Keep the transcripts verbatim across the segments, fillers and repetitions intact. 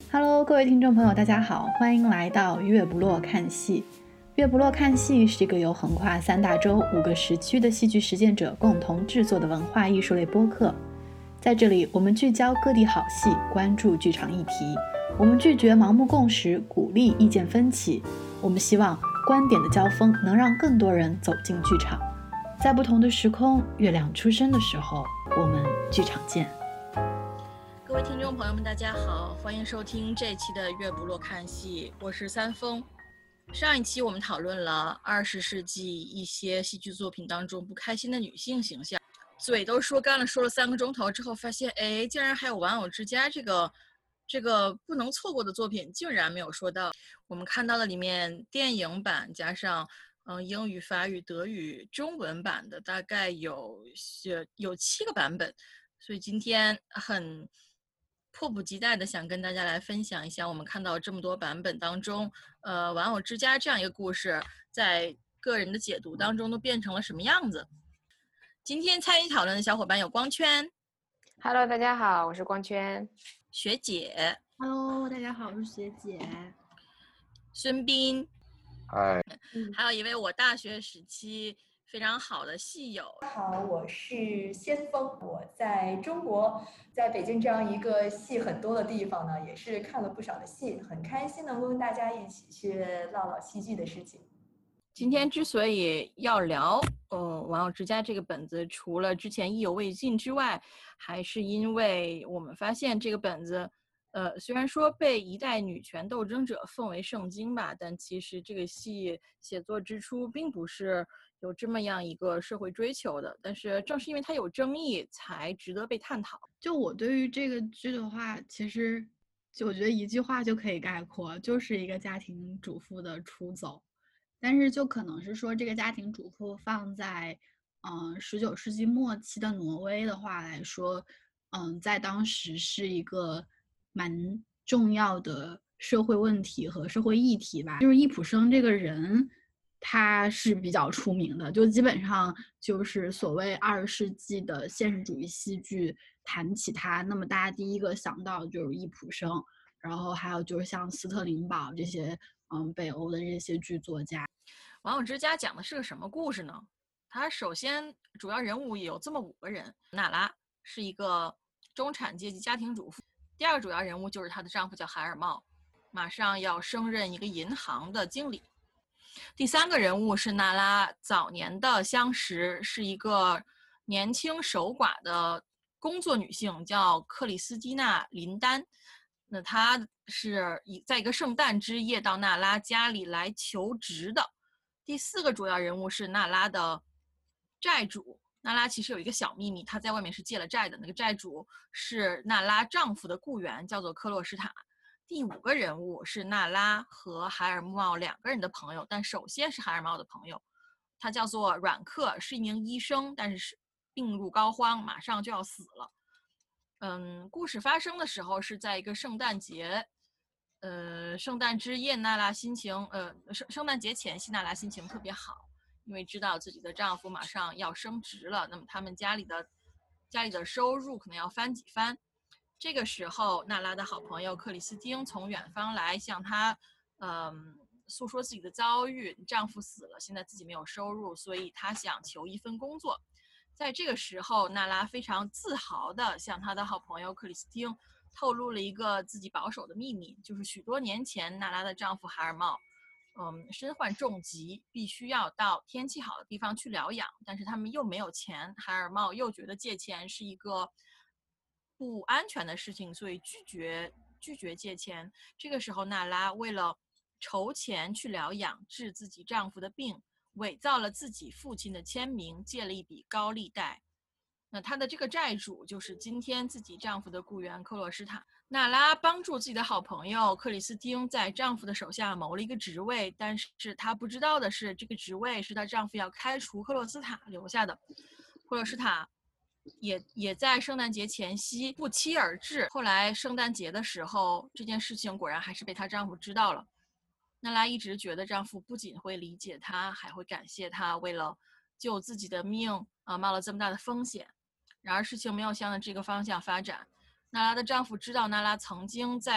Hello， 各位听众朋友，大家好，欢迎来到月不落看戏。月不落看戏是一个由横跨三大洲五个时区的戏剧实践者共同制作的文化艺术类播客。在这里，我们聚焦各地好戏，关注剧场议题。我们拒绝盲目共识，鼓励意见分歧。我们希望观点的交锋能让更多人走进剧场。在不同的时空，月亮出生的时候，我们剧场见。 各位听众朋友们大家好，欢迎收听这一期的月不落看戏，我是三丰。上一期我们讨论了二十世纪一些戏剧作品当中不开心的女性形象，嘴都说干了，说了三个钟头之后，发现哎，竟然还有玩偶之家这个这个不能错过的作品，竟然没有说到。我们看到了里面电影版加上嗯英语、法语、德语、中文版的，大概有有七个版本，所以今天很迫不及待的想跟大家来分享一下我们看到这么多版本当中，呃，玩偶之家这样一个故事，在个人的解读当中都变成了什么样子。今天参与讨论的小伙伴有光圈 Hello， 大家好，我是光圈。 学姐 Hello， 大家好，我是学姐。 孙斌， 嗨， 还有一位我大学时期非常好的戏友。 好，我是先锋。我在中国，在北京这样一个戏很多的地方呢，也是看了不少的戏，很开心能够跟大家一起去唠唠戏剧的事情。 今天之所以要聊呃玩偶之家这个本子，除了之前意犹未尽之外，还是因为我们发现这个本子呃，虽然说被一代女权斗争者奉为圣经吧，但其实这个戏写作之初并不是有这么样一个社会追求的，但是正是因为它有争议，才值得被探讨。 就我对于这个剧的话，其实就我觉得一句话就可以概括，就是一个家庭主妇的出走。但是就可能是说，这个家庭主妇放在嗯十九世纪末期的挪威的话来说，嗯，在当时是一个蛮重要的社会问题和社会议题吧。就是易卜生这个人，他是比较出名的，就基本上就是所谓二十世纪的现实主义戏剧，谈起他，那么大家第一个想到就是易卜生，然后还有就是像斯特林堡这些，嗯，北欧的这些剧作家。 玩偶之家讲的是个什么故事呢？它首先主要人物有这么五个人，娜拉是一个中产阶级家庭主妇，第二个主要人物就是她的丈夫叫海尔茂，马上要升任一个银行的经理。第三个人物是娜拉早年的相识，是一个年轻守寡的工作女性，叫克里斯蒂娜·林丹。那她是在一个圣诞之夜到娜拉家里来求职的。第四个主要人物是娜拉的债主。娜拉其实有一个小秘密，她在外面是借了债的，那个债主是娜拉丈夫的雇员，叫做克洛施塔。第五个人物是娜拉和海尔茂两个人的朋友，但首先是海尔茂的朋友，他叫做阮克，是一名医生，但是病入膏肓，马上就要死了。嗯，故事发生的时候是在一个圣诞节，呃，圣诞之夜，娜拉心情，呃，圣圣诞节前夕，娜拉心情特别好，因为知道自己的丈夫马上要升职了，那么他们家里的家里的收入可能要翻几番。这个时候，娜拉的好朋友克里斯汀从远方来向她，嗯，诉说自己的遭遇，丈夫死了，现在自己没有收入，所以她想求一份工作。在这个时候，娜拉非常自豪地向她的好朋友克里斯汀透露了一个自己保守的秘密，就是许多年前，娜拉的丈夫海尔茂，嗯，身患重疾，必须要到天气好的地方去疗养，但是他们又没有钱，海尔茂又觉得借钱是一个不安全的事情，所以拒绝拒绝借钱。这个时候，娜拉为了筹钱去疗养，治自己丈夫的病，伪造了自己父亲的签名，借了一笔高利贷。那她的这个债主就是今天自己丈夫的雇员克洛施塔。娜拉帮助自己的好朋友克里斯汀在丈夫的手下谋了一个职位，但是她不知道的是，这个职位是她丈夫要开除克洛斯塔留下的。克洛施塔也也在圣诞节前夕不期而至。后来圣诞节的时候，这件事情果然还是被她丈夫知道了。娜拉一直觉得丈夫不仅会理解她，还会感谢她为了救自己的命啊、呃、冒了这么大的风险。然而事情没有向着这个方向发展。娜拉的丈夫知道娜拉曾经在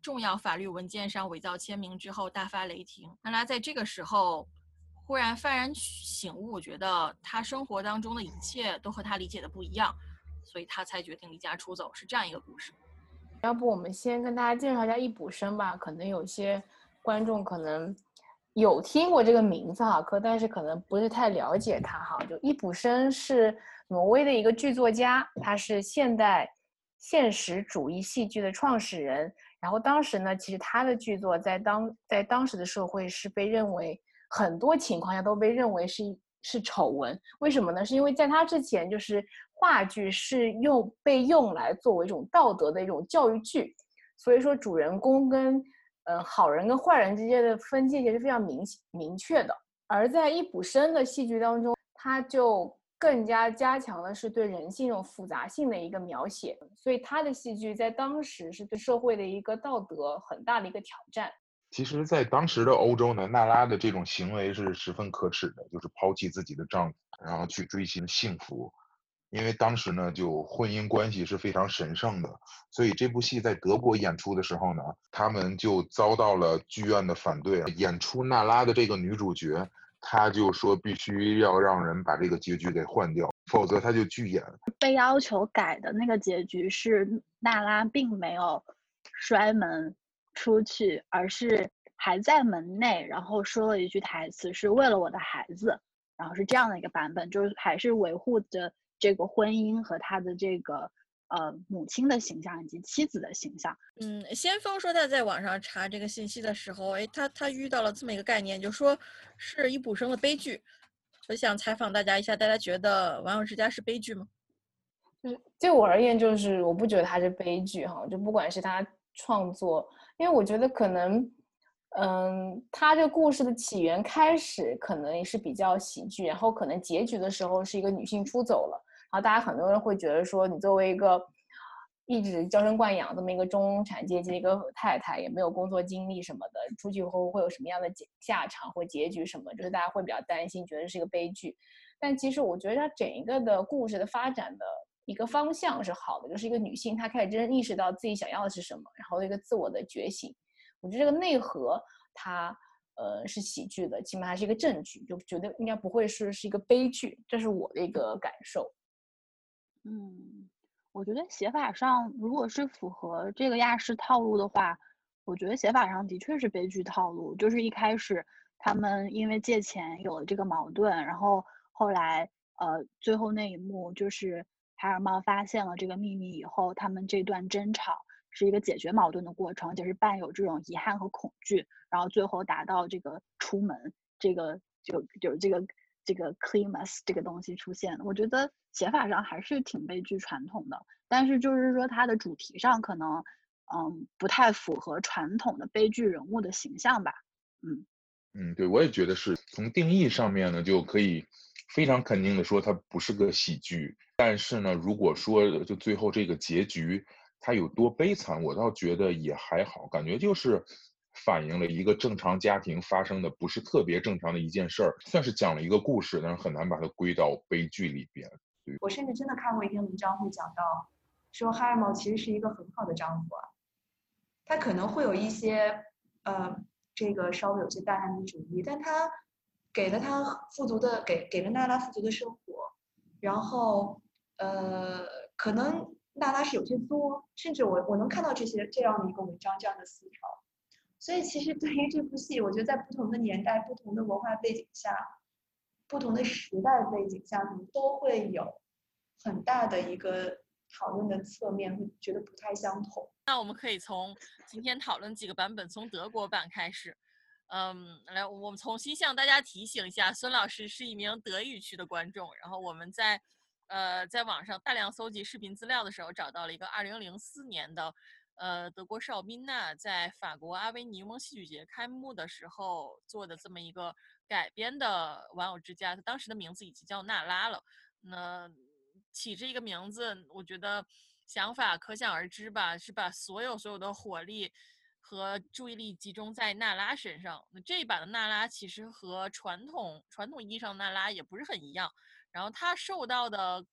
重要法律文件上伪造签名之后大发雷霆。娜拉在这个时候忽然幡然醒悟，觉得他生活当中的一切都和他理解的不一样，所以他才决定离家出走，是这样一个故事。 要不我们先跟大家介绍一下易卜生吧，可能有些观众可能有听过这个名字哈，可但是可能不是太了解他哈。就易卜生是挪威的一个剧作家，他是现代现实主义戏剧的创始人。然后当时呢，其实他的剧作在当在当时的社会是被认为很多情况下都被认为是是丑闻。为什么呢？是因为在他之前，就是话剧是用被用来作为一种道德的一种教育剧，所以说主人公跟呃好人跟坏人之间的分界线是非常明明确的。而在易卜生的戏剧当中，他就更加加强的是对人性这种复杂性的一个描写，所以他的戏剧在当时是对社会的一个道德很大的一个挑战。 其实在当时的欧洲呢，娜拉的这种行为是十分可耻的，就是抛弃自己的丈夫，然后去追寻幸福。因为当时呢，就婚姻关系是非常神圣的，所以这部戏在德国演出的时候呢，他们就遭到了剧院的反对。演出娜拉的这个女主角，她就说必须要让人把这个结局给换掉，否则她就拒演。 被要求改的那个结局是娜拉并没有摔门出去，而是还在门内，然后说了一句台词，是为了我的孩子，然后是这样的一个版本，就是还是维护着这个婚姻和他的这个呃母亲的形象以及妻子的形象。 嗯，先锋说他在网上查这个信息的时候，哎，他他遇到了这么一个概念，就说是易卜生的悲剧。我想采访大家一下，大家觉得《玩偶之家》是悲剧吗？ 就是对我而言，就是我不觉得它是悲剧哈，就不管是他创作，因为我觉得可能，嗯，他这个故事的起源开始可能也是比较喜剧，然后可能结局的时候是一个女性出走了，然后大家很多人会觉得说，你作为一个一直娇生惯养这么一个中产阶级的一个太太，也没有工作经历什么的，出去后会有什么样的下场或结局什么，就是大家会比较担心，觉得是一个悲剧。但其实我觉得它整一个的故事的发展的一个方向是好的，就是一个女性她开始真正意识到自己想要的是什么，然后一个自我的觉醒。我觉得这个内核它呃是喜剧的，起码还是一个正剧，就觉得应该不会是是一个悲剧，这是我的一个感受。 嗯，我觉得写法上如果是符合这个亚视套路的话，我觉得写法上的确是悲剧套路，就是一开始他们因为借钱有了这个矛盾，然后后来呃最后那一幕就是海尔猫发现了这个秘密以后，他们这段争吵是一个解决矛盾的过程，就是伴有这种遗憾和恐惧，然后最后达到这个出门，这个就就这个这个 climax 这个东西出现。我觉得写法上还是挺悲剧传统的，但是就是说它的主题上可能嗯不太符合传统的悲剧人物的形象吧。嗯嗯，对，我也觉得是从定义上面呢，就可以非常肯定的说它不是个喜剧。但是呢，如果说就最后这个结局它有多悲惨，我倒觉得也还好，感觉就是反映了一个正常家庭发生的不是特别正常的一件事儿，算是讲了一个故事，但是很难把它归到悲剧里边。对， 我甚至真的看过一篇文章会讲到，说哈尔猫其实是一个很好的丈夫啊，他可能会有一些呃这个稍微有些大男子主义，但他给了他富足的给给了娜拉富足的生活，然后呃可能娜拉是有些作，甚至我我能看到这些这样的一个文章这样的思潮。所以其实对于这部戏，我觉得在不同的年代、不同的文化背景下、不同的时代背景下，可能都会有很大的一个讨论的侧面，会觉得不太相同。 那我们可以从今天讨论几个版本，从德国版开始。嗯，来，我们重新向大家提醒一下，孙老师是一名德语区的观众。然后我们在呃在网上大量搜集视频资料的时候，找到了一个二零零四年的呃德国邵宾纳在法国阿维尼翁戏剧节开幕的时候做的这么一个改编的《玩偶之家》，它当时的名字已经叫娜拉了。那起这个名字，我觉得想法可想而知吧，是把所有所有的火力和注意力集中在娜拉身上。那这一版的娜拉其实和传统传统意义上的娜拉也不是很一样，然后她受到的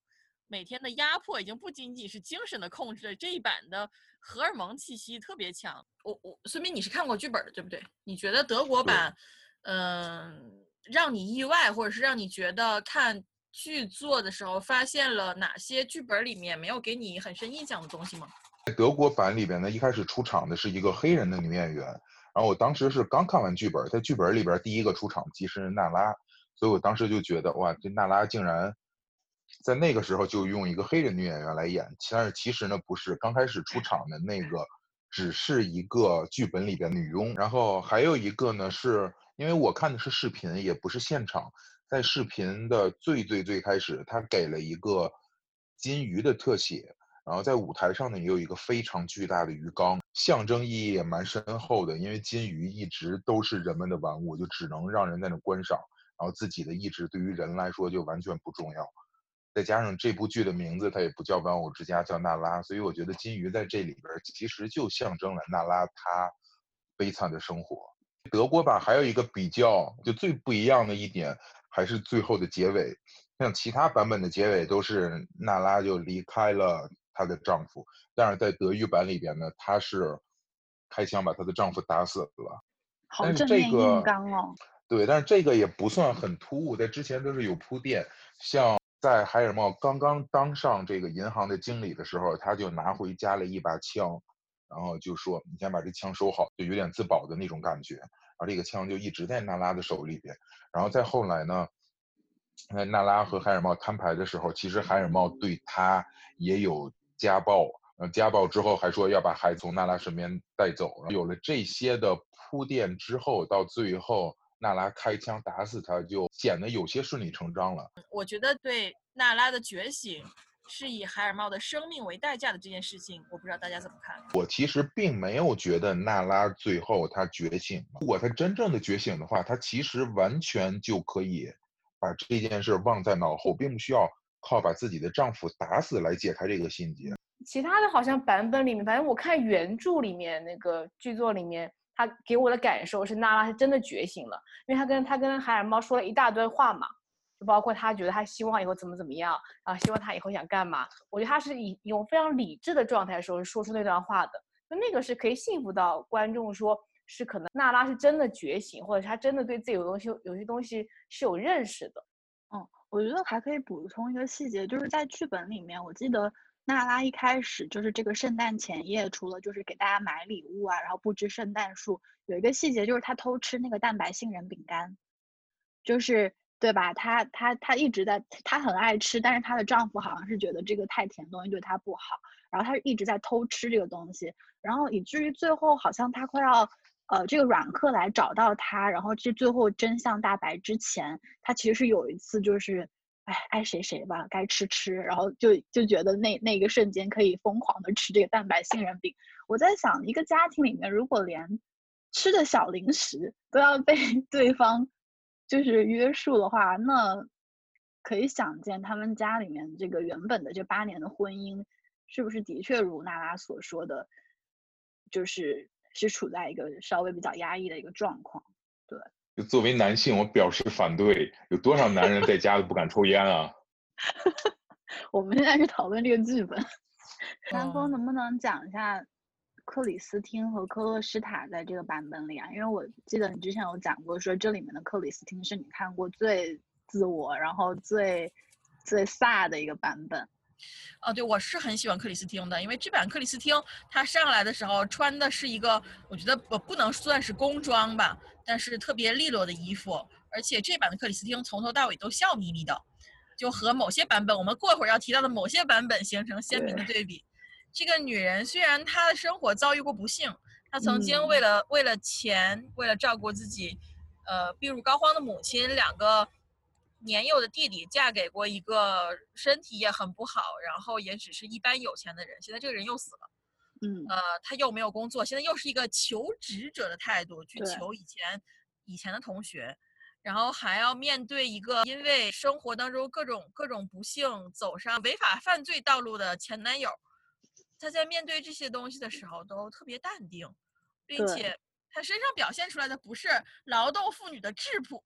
每天的压迫已经不仅仅是精神的控制了，这一版的荷尔蒙气息特别强。我我孙明你是看过剧本的对不对？你觉得德国版，嗯、呃，让你意外，或者是让你觉得看剧作的时候发现了哪些剧本里面没有给你很深印象的东西吗？ 在德国版里边呢，一开始出场的是一个黑人的女演员，然后我当时是刚看完剧本，在剧本里边第一个出场即是娜拉，所以我当时就觉得哇，这娜拉竟然在那个时候就用一个黑人女演员来演，但是其实呢不是，刚开始出场的那个只是一个剧本里边女佣，然后还有一个呢是因为我看的是视频，也不是现场，在视频的最最最开始，他给了一个金鱼的特写。然后在舞台上呢，也有一个非常巨大的鱼缸，象征意义也蛮深厚的。因为金鱼一直都是人们的玩物，就只能让人在那观赏，然后自己的意志对于人来说就完全不重要。再加上这部剧的名字它也不叫玩偶之家，叫娜拉，所以我觉得金鱼在这里边其实就象征了娜拉她悲惨的生活。德国版还有一个比较就最不一样的一点，还是最后的结尾。像其他版本的结尾都是娜拉就离开了她的丈夫，但是在德语版里边呢，她是开枪把她的丈夫打死了。 好正面硬刚哦。 对，但是这个也不算很突兀，在之前都是有铺垫。像在海尔茂刚刚当上这个银行的经理的时候，他就拿回家了一把枪，然后就说你先把这枪收好，就有点自保的那种感觉。然后这个枪就一直在娜拉的手里边。然后再后来呢，在娜拉和海尔茂摊牌的时候，其实海尔茂对他也有家暴，呃，家暴之后还说要把孩子从娜拉身边带走。有了这些的铺垫之后，到最后娜拉开枪打死他，就显得有些顺理成章了。 我觉得对娜拉的觉醒是以海尔茂的生命为代价的这件事情，我不知道大家怎么看。 我其实并没有觉得娜拉最后她觉醒，如果她真正的觉醒的话，她其实完全就可以把这件事忘在脑后，并不需要靠把自己的丈夫打死来解开这个心结。 其他的好像版本里面，反正我看原著里面那个剧作里面，他给我的感受是娜拉是真的觉醒了，因为他跟他跟海尔猫说了一大堆话嘛，就包括他觉得他希望以后怎么怎么样，然后希望他以后想干嘛。我觉得他是以用非常理智的状态时候说出那段话的，就那个是可以信服到观众说是可能娜拉是真的觉醒，或者是他真的对自己有东西有些东西是有认识的。 嗯，我觉得还可以补充一个细节，就是在剧本里面，我记得娜拉一开始就是这个圣诞前夜，除了就是给大家买礼物啊，然后布置圣诞树，有一个细节就是她偷吃那个蛋白杏仁饼干，就是对吧？她她她一直在，她很爱吃，但是她的丈夫好像是觉得这个太甜的东西对她不好，然后她一直在偷吃这个东西，然后以至于最后好像她快要。呃，这个阮克来找到他，然后这最后真相大白之前，他其实是有一次就是，哎，爱谁谁吧，该吃吃，然后就就觉得那那个瞬间可以疯狂的吃这个蛋白杏仁饼。我在想，一个家庭里面，如果连吃的小零食都要被对方就是约束的话，那可以想见他们家里面这个原本的这八年的婚姻，是不是的确如娜拉所说的，就是。是处在一个稍微比较压抑的一个状况，对。 作为男性，我表示反对。有多少男人在家都不敢抽烟啊？ 我们现在是讨论这个剧本。南风能不能讲一下克里斯汀和科勒施塔在这个版本里啊？因为我记得你之前有讲过，说这里面的克里斯汀是你看过最自我，然后最最飒的一个版本。 哦，对，我是很喜欢克里斯汀的，因为这版克里斯汀她上来的时候穿的是一个，我觉得不不能算是工装吧，但是特别利落的衣服，而且这版的克里斯汀从头到尾都笑眯眯的，就和某些版本我们过会儿要提到的某些版本形成鲜明的对比。这个女人虽然她的生活遭遇过不幸，她曾经为了、嗯、为了钱，为了照顾自己，呃，病入膏肓的母亲，两个。年幼的弟弟嫁给过一个身体也很不好，然后也只是一般有钱的人。现在这个人又死了， 嗯， 呃，他又没有工作，现在又是一个求职者的态度去求以前以前的同学，然后还要面对一个因为生活当中各种各种不幸走上违法犯罪道路的前男友。他在面对这些东西的时候都特别淡定，并且他身上表现出来的不是劳动妇女的质朴。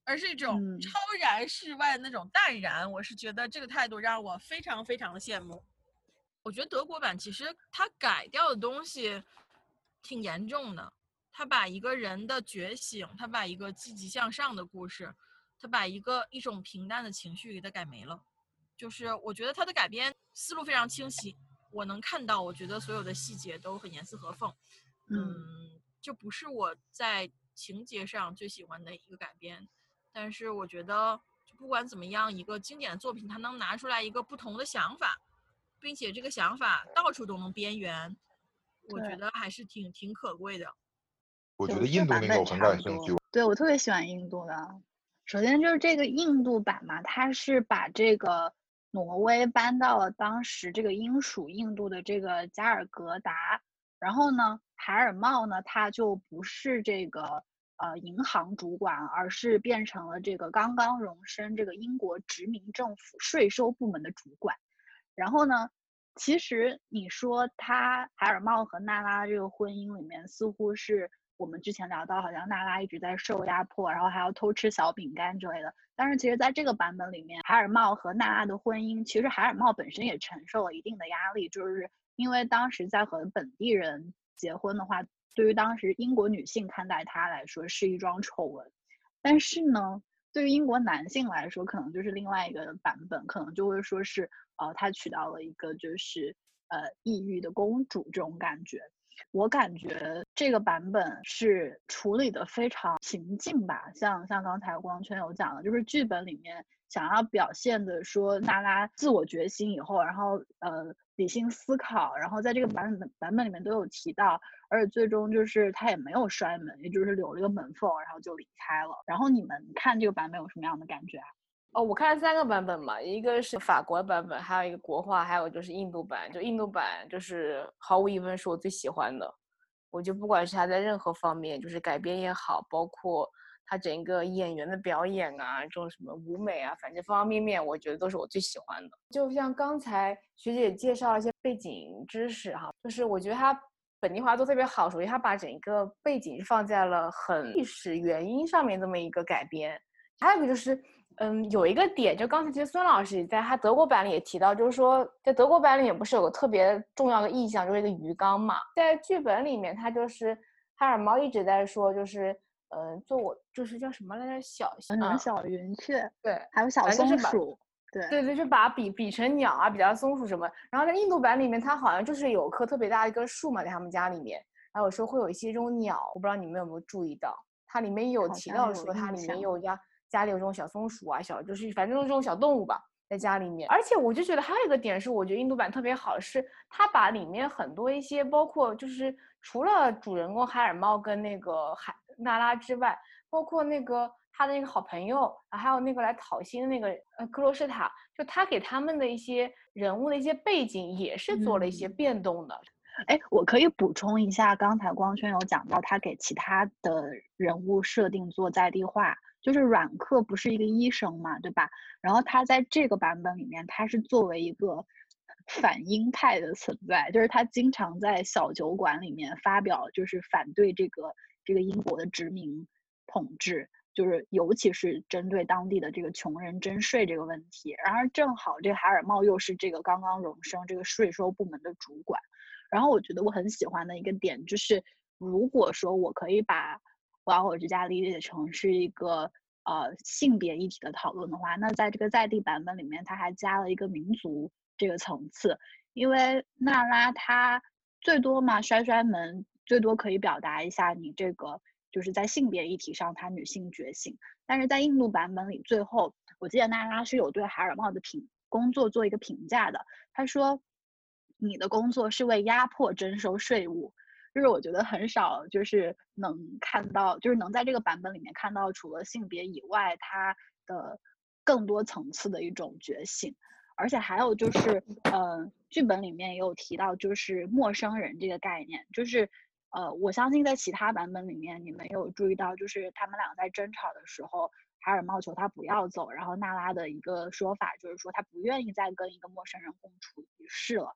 而是一种嗯超然世外的那种淡然。我是觉得这个态度让我非常非常的羡慕。我觉得德国版其实它改掉的东西挺严重的，它把一个人的觉醒，它把一个积极向上的故事，它把一个一种平淡的情绪给它改没了。就是我觉得它的改编思路非常清晰，我能看到，我觉得所有的细节都很严丝合缝。嗯，这不是我在情节上最喜欢的一个改编，但是我觉得不管怎么样，一个经典的作品它能拿出来一个不同的想法，并且这个想法到处都能边缘，我觉得还是挺挺可贵的。 我觉就得印度这版本那个我很差不多感兴趣。 对，我特别喜欢印度的。首先就是这个印度版嘛，它是把这个挪威搬到了当时这个英属印度的这个加尔各答，然后呢，海尔茂呢，他就不是这个呃银行主管，而是变成了这个刚刚荣升这个英国殖民政府税收部门的主管。然后呢，其实你说他海尔茂和娜拉这个婚姻里面，似乎是我们之前聊到，好像娜拉一直在受压迫，然后还要偷吃小饼干之类的。但是其实在这个版本里面，海尔茂和娜拉的婚姻，其实海尔茂本身也承受了一定的压力，就是因为当时在和本地人结婚的话，对于当时英国女性看待他来说是一桩丑闻。但是呢，对于英国男性来说，可能就是另外一个版本，可能就会说是，呃，他娶到了一个就是呃异域的公主这种感觉。我感觉这个版本是处理的非常平静吧，像像刚才光圈有讲的，就是剧本里面想要表现的说娜拉自我觉醒以后，然后呃理性思考，然后在这个版本版本里面都有提到，而且最终就是他也没有摔门，也就是留了一个门缝，然后就离开了。然后你们看这个版本有什么样的感觉啊？ 哦，我看了三个版本嘛，一个是法国版本，还有一个国画，还有就是印度版。就印度版就是毫无疑问是我最喜欢的。我就不管是他在任何方面，就是改编也好，包括他整个演员的表演啊，这种什么舞美啊，反正方方面面，我觉得都是我最喜欢的。就像刚才学姐介绍了一些背景知识哈，就是我觉得他本地化都特别好。首先，他把整个背景放在了很历史原因上面这么一个改编。还有一个就是。嗯，有一个点，就刚才其实孙老师也在他德国版里也提到，就是说在德国版里面不是有个特别重要的意象，就是一个鱼缸嘛。在剧本里面，他就是海尔猫一直在说，就是嗯、呃，做我就是叫什么来着，小什么小云雀， 对， 还有小松鼠，对对对，就把它比比成鸟啊，比较松鼠什么。然后在印度版里面，它好像就是有棵特别大的一棵树嘛，在他们家里面，然后有时候会有一些这种鸟，我不知道你们有没有注意到，它里面有提到说它里面有家。家里有这种小松鼠啊，小就是反正这种小动物吧，在家里面。而且我就觉得还有一个点是，我觉得印度版特别好，是它把里面很多一些，包括就是除了主人公海尔猫跟那个海娜拉之外，包括那个他的那个好朋友，还有那个来讨薪的那个呃克罗斯塔，就他给他们的一些人物的一些背景也是做了一些变动的。 哎、嗯，我可以补充一下，刚才光圈有讲到他给其他的人物设定做在地化。就是阮克不是一个医生嘛，对吧？然后他在这个版本里面，他是作为一个反英派的存在，就是他经常在小酒馆里面发表，就是反对这个这个英国的殖民统治，就是尤其是针对当地的这个穷人征税这个问题。然而正好这个海尔茂又是这个刚刚荣升这个税收部门的主管。然后我觉得我很喜欢的一个点就是，如果说我可以把玩偶之家理解成是一个呃性别议题的讨论的话，那在这个在地版本里面，它还加了一个民族这个层次。因为娜拉她最多嘛摔摔门，最多可以表达一下你这个就是在性别议题上她女性觉醒。但是在印度版本里，最后我记得娜拉是有对海尔茂的评工作做一个评价的，她说你的工作是为压迫征收税务。就是我觉得很少就是能看到，就是能在这个版本里面看到除了性别以外它的更多层次的一种觉醒。而且还有就是，呃，剧本里面也有提到，就是陌生人这个概念，就是，呃，我相信在其他版本里面你们也有注意到，就是他们俩在争吵的时候，海尔茂求他不要走，然后娜拉的一个说法就是说他不愿意再跟一个陌生人共处一室了。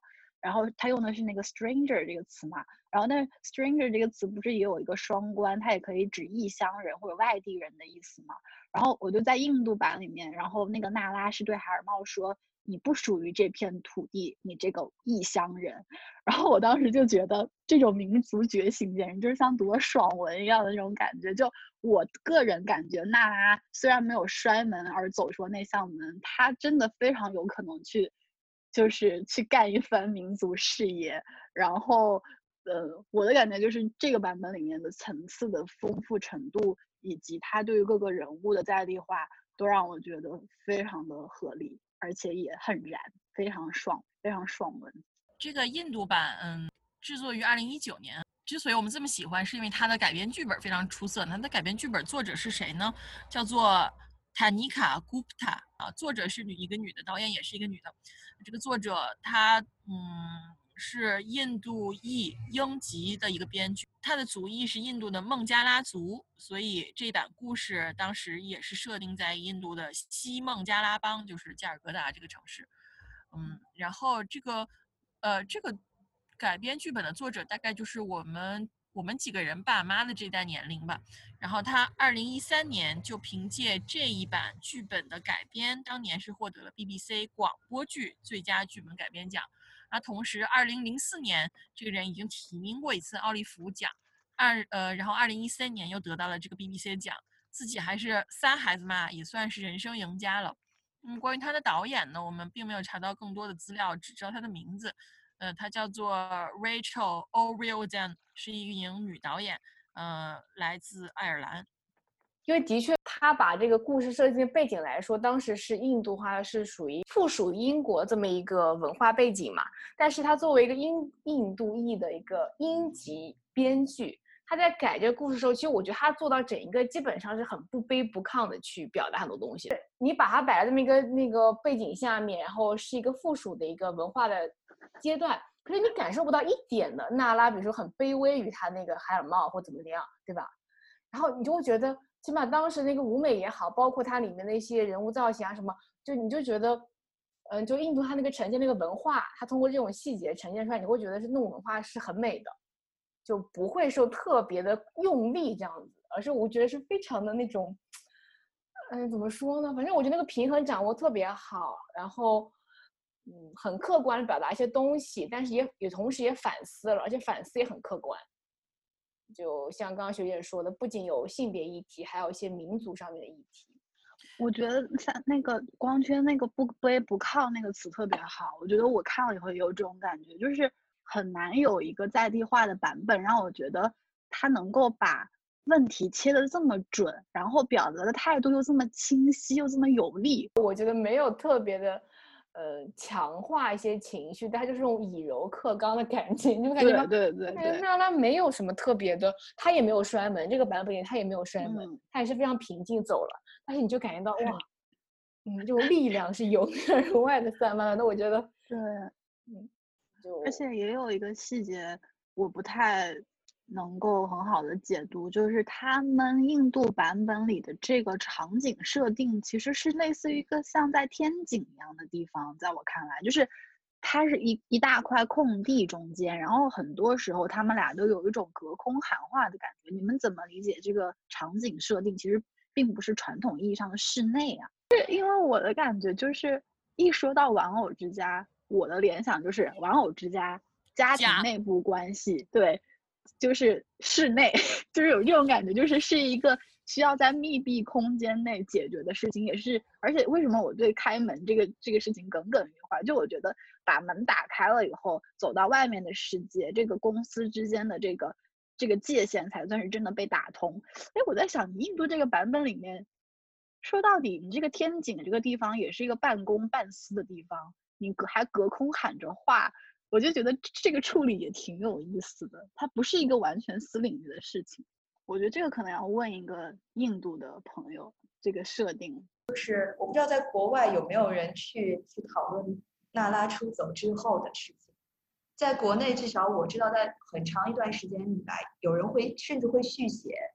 然后他用的是那个 stranger 这个词嘛，然后那 stranger 这个词不是也有一个双关，它也可以指异乡人或者外地人的意思嘛。然后我就在印度版里面，然后那个娜拉是对海尔茂说，你不属于这片土地，你这个异乡人。然后我当时就觉得这种民族觉醒简直就是像读了爽文一样的那种感觉。就我个人感觉娜拉虽然没有摔门而走出那扇门，她真的非常有可能去就是去干一番民族事业。然后呃，我的感觉就是这个版本里面的层次的丰富程度以及他对于各个人物的在地化都让我觉得非常的合理，而且也很燃，非常爽，非常爽文。 这个印度版，嗯，制作于二零一九年。之所以我们这么喜欢，是因为它的改编剧本非常出色。它的改编剧本作者是谁呢？叫做塔尼卡·古普塔啊，作者是女一个女的，导演也是一个女的。这个作者她嗯是印度裔英籍的一个编剧，她的族裔是印度的孟加拉族，所以这版故事当时也是设定在印度的西孟加拉邦，就是加尔各答这个城市。嗯，然后这个呃这个改编剧本的作者大概就是我们我们几个人爸妈的这代年龄吧。然后他二零一三年就凭借这一版剧本的改编，当年是获得了 B B C 广播剧最佳剧本改编奖。那同时二零零四年这个人已经提名过一次奥利弗奖，二呃然后二零一三年又得到了这个 B B C 奖，自己还是仨孩子嘛，也算是人生赢家了。嗯，关于他的导演呢，我们并没有查到更多的资料，只知道他的名字。呃，她叫做 Rachel O'Riordan， 是一名女导演，呃，来自爱尔兰。 因为的确，他把这个故事设计的背景来说，当时是印度化，是属于附属英国这么一个文化背景嘛。但是他作为一个印印度裔的一个英籍编剧，他在改这个故事的时候，其实我觉得他做到整一个基本上是很不卑不亢的去表达很多东西。你把它摆在这么一个那个背景下面，然后是一个附属的一个文化的阶段，可是你感受不到一点的娜拉，比如说很卑微于他那个海尔茂或怎么样，对吧？然后你就会觉得，起码当时那个舞美也好，包括它里面的一些人物造型啊什么，就你就觉得，嗯，就印度它那个呈现那个文化，它通过这种细节呈现出来，你会觉得是那种文化是很美的，就不会说特别的用力这样子，而是我觉得是非常的那种，嗯，怎么说呢？反正我觉得那个平衡掌握特别好，然后，嗯，很客观地表达一些东西，但是也也同时也反思了，而且反思也很客观。就像刚刚学姐说的，不仅有性别议题，还有一些民族上面的议题。 我觉得像那个光圈那个不卑不亢那个词特别好，我觉得我看了以后也有这种感觉，就是很难有一个在地化的版本让我觉得它能够把问题切得这么准，然后表达的态度又这么清晰又这么有力。 我觉得没有特别的呃强化一些情绪，但它就是这种以柔克刚的感觉，你就感觉吗？ 对对对对， 娜拉没有什么特别的，他也没有摔门，这个版本里他也没有摔门， 嗯， 他也是非常平静走了，但是你就感觉到哇，嗯，这种力量是由内而外的散发的。那我觉得对， 嗯，就而且也有一个细节我不太能够很好的解读，就是他们印度版本里的这个场景设定其实是类似于一个像在天井一样的地方，在我看来就是它是一一大块空地中间，然后很多时候他们俩都有一种隔空喊话的感觉。你们怎么理解这个场景设定？其实并不是传统意义上的室内啊，是因为我的感觉就是一说到玩偶之家，我的联想就是玩偶之家家庭内部关系，对，就是室内，就是有这种感觉，就是是一个需要在密闭空间内解决的事情，也是，而且为什么我对开门这个这个事情耿耿于怀？就我觉得把门打开了以后，走到外面的世界，这个公司之间的这个这个界限才算是真的被打通。哎，我在想，印度这个版本里面，说到底，你这个天井这个地方也是一个半公半私的地方，你隔还隔空喊着话。我就觉得这个处理也挺有意思的，它不是一个完全私领域的事情。我觉得这个可能要问一个印度的朋友，这个设定。 就是我不知道在国外有没有人去去讨论娜拉出走之后的事情。在国内，至少我知道，在很长一段时间以来，有人会甚至会续写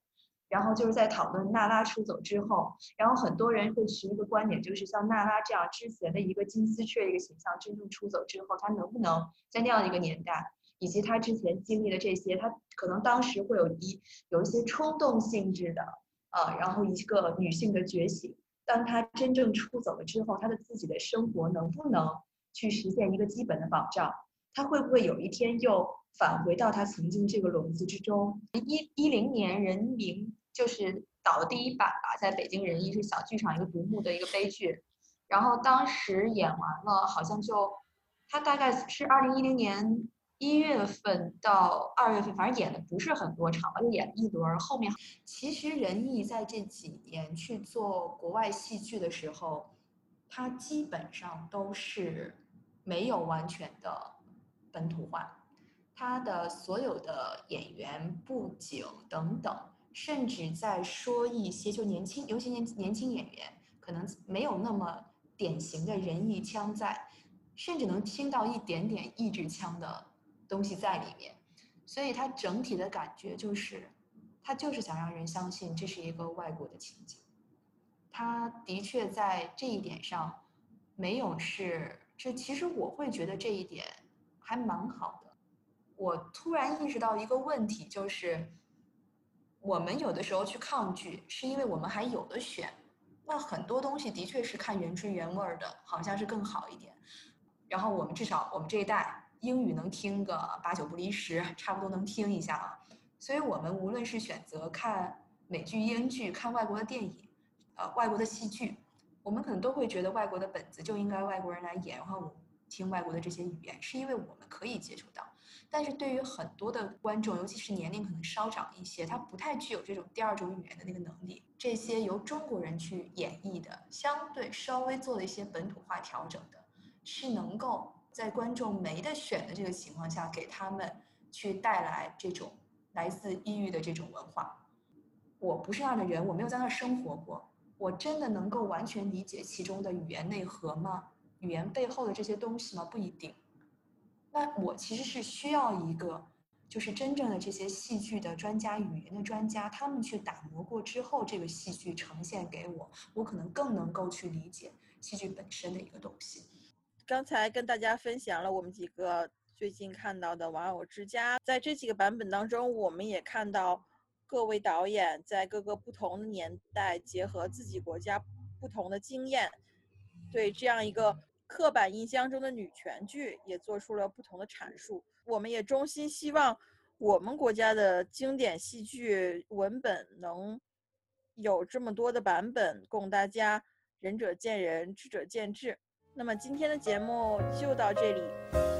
然后就是在讨论娜拉出走之后，然后很多人会持一个观点，就是像娜拉这样之前的一个金丝雀一个形象真正出走之后，她能不能在那样的一个年代，以及她之前经历的这些，她可能当时会有一有一些冲动性质的啊，然后一个女性的觉醒，当她真正出走了之后，她的自己的生活能不能去实现一个基本的保障？她会不会有一天又返回到她曾经这个笼子之中？一一零年，人民就是导的第一版吧，在北京人艺是小剧场一个独幕的一个悲剧，然后当时演完了，好像就他大概是二零一零年一月份到二月份，反正演的不是很多场吧，就演了一轮。后面其实人艺在这几年去做国外戏剧的时候，它基本上都是没有完全的本土化。他的所有的演员、布景等等，甚至在说一些就年轻，尤其年年轻演员，可能没有那么典型的人艺腔在，甚至能听到一点点意志腔的东西在里面。所以他整体的感觉就是，他就是想让人相信这是一个外国的情景。他的确在这一点上没有是，这其实我会觉得这一点还蛮好的。我突然意识到一个问题，就是我们有的时候去抗拒，是因为我们还有的选。那很多东西的确是看原汁原味的，好像是更好一点。然后我们至少我们这一代英语能听个八九不离十，差不多能听一下啊。所以我们无论是选择看美剧、英剧，看外国的电影，呃，外国的戏剧，我们可能都会觉得外国的本子就应该外国人来演，然后我听外国的这些语言，是因为我们可以接触到。但是对于很多的观众，尤其是年龄可能稍长一些，他不太具有这种第二种语言的那个能力。这些由中国人去演绎的，相对稍微做了一些本土化调整的，是能够在观众没得选的这个情况下，给他们去带来这种来自异域的这种文化。我不是那样的人，我没有在那儿生活过，我真的能够完全理解其中的语言内核吗？语言背后的这些东西吗？不一定。那我其实是需要一个，就是真正的这些戏剧的专家、语言的专家，他们去打磨过之后，这个戏剧呈现给我，我可能更能够去理解戏剧本身的一个东西。 刚才跟大家分享了我们几个最近看到的《玩偶之家》，在这几个版本当中，我们也看到各位导演在各个不同的年代，结合自己国家不同的经验，对这样一个刻板印象中的女权剧也做出了不同的阐述。我们也衷心希望我们国家的经典戏剧文本能有这么多的版本供大家仁者见仁，智者见智。那么今天的节目就到这里。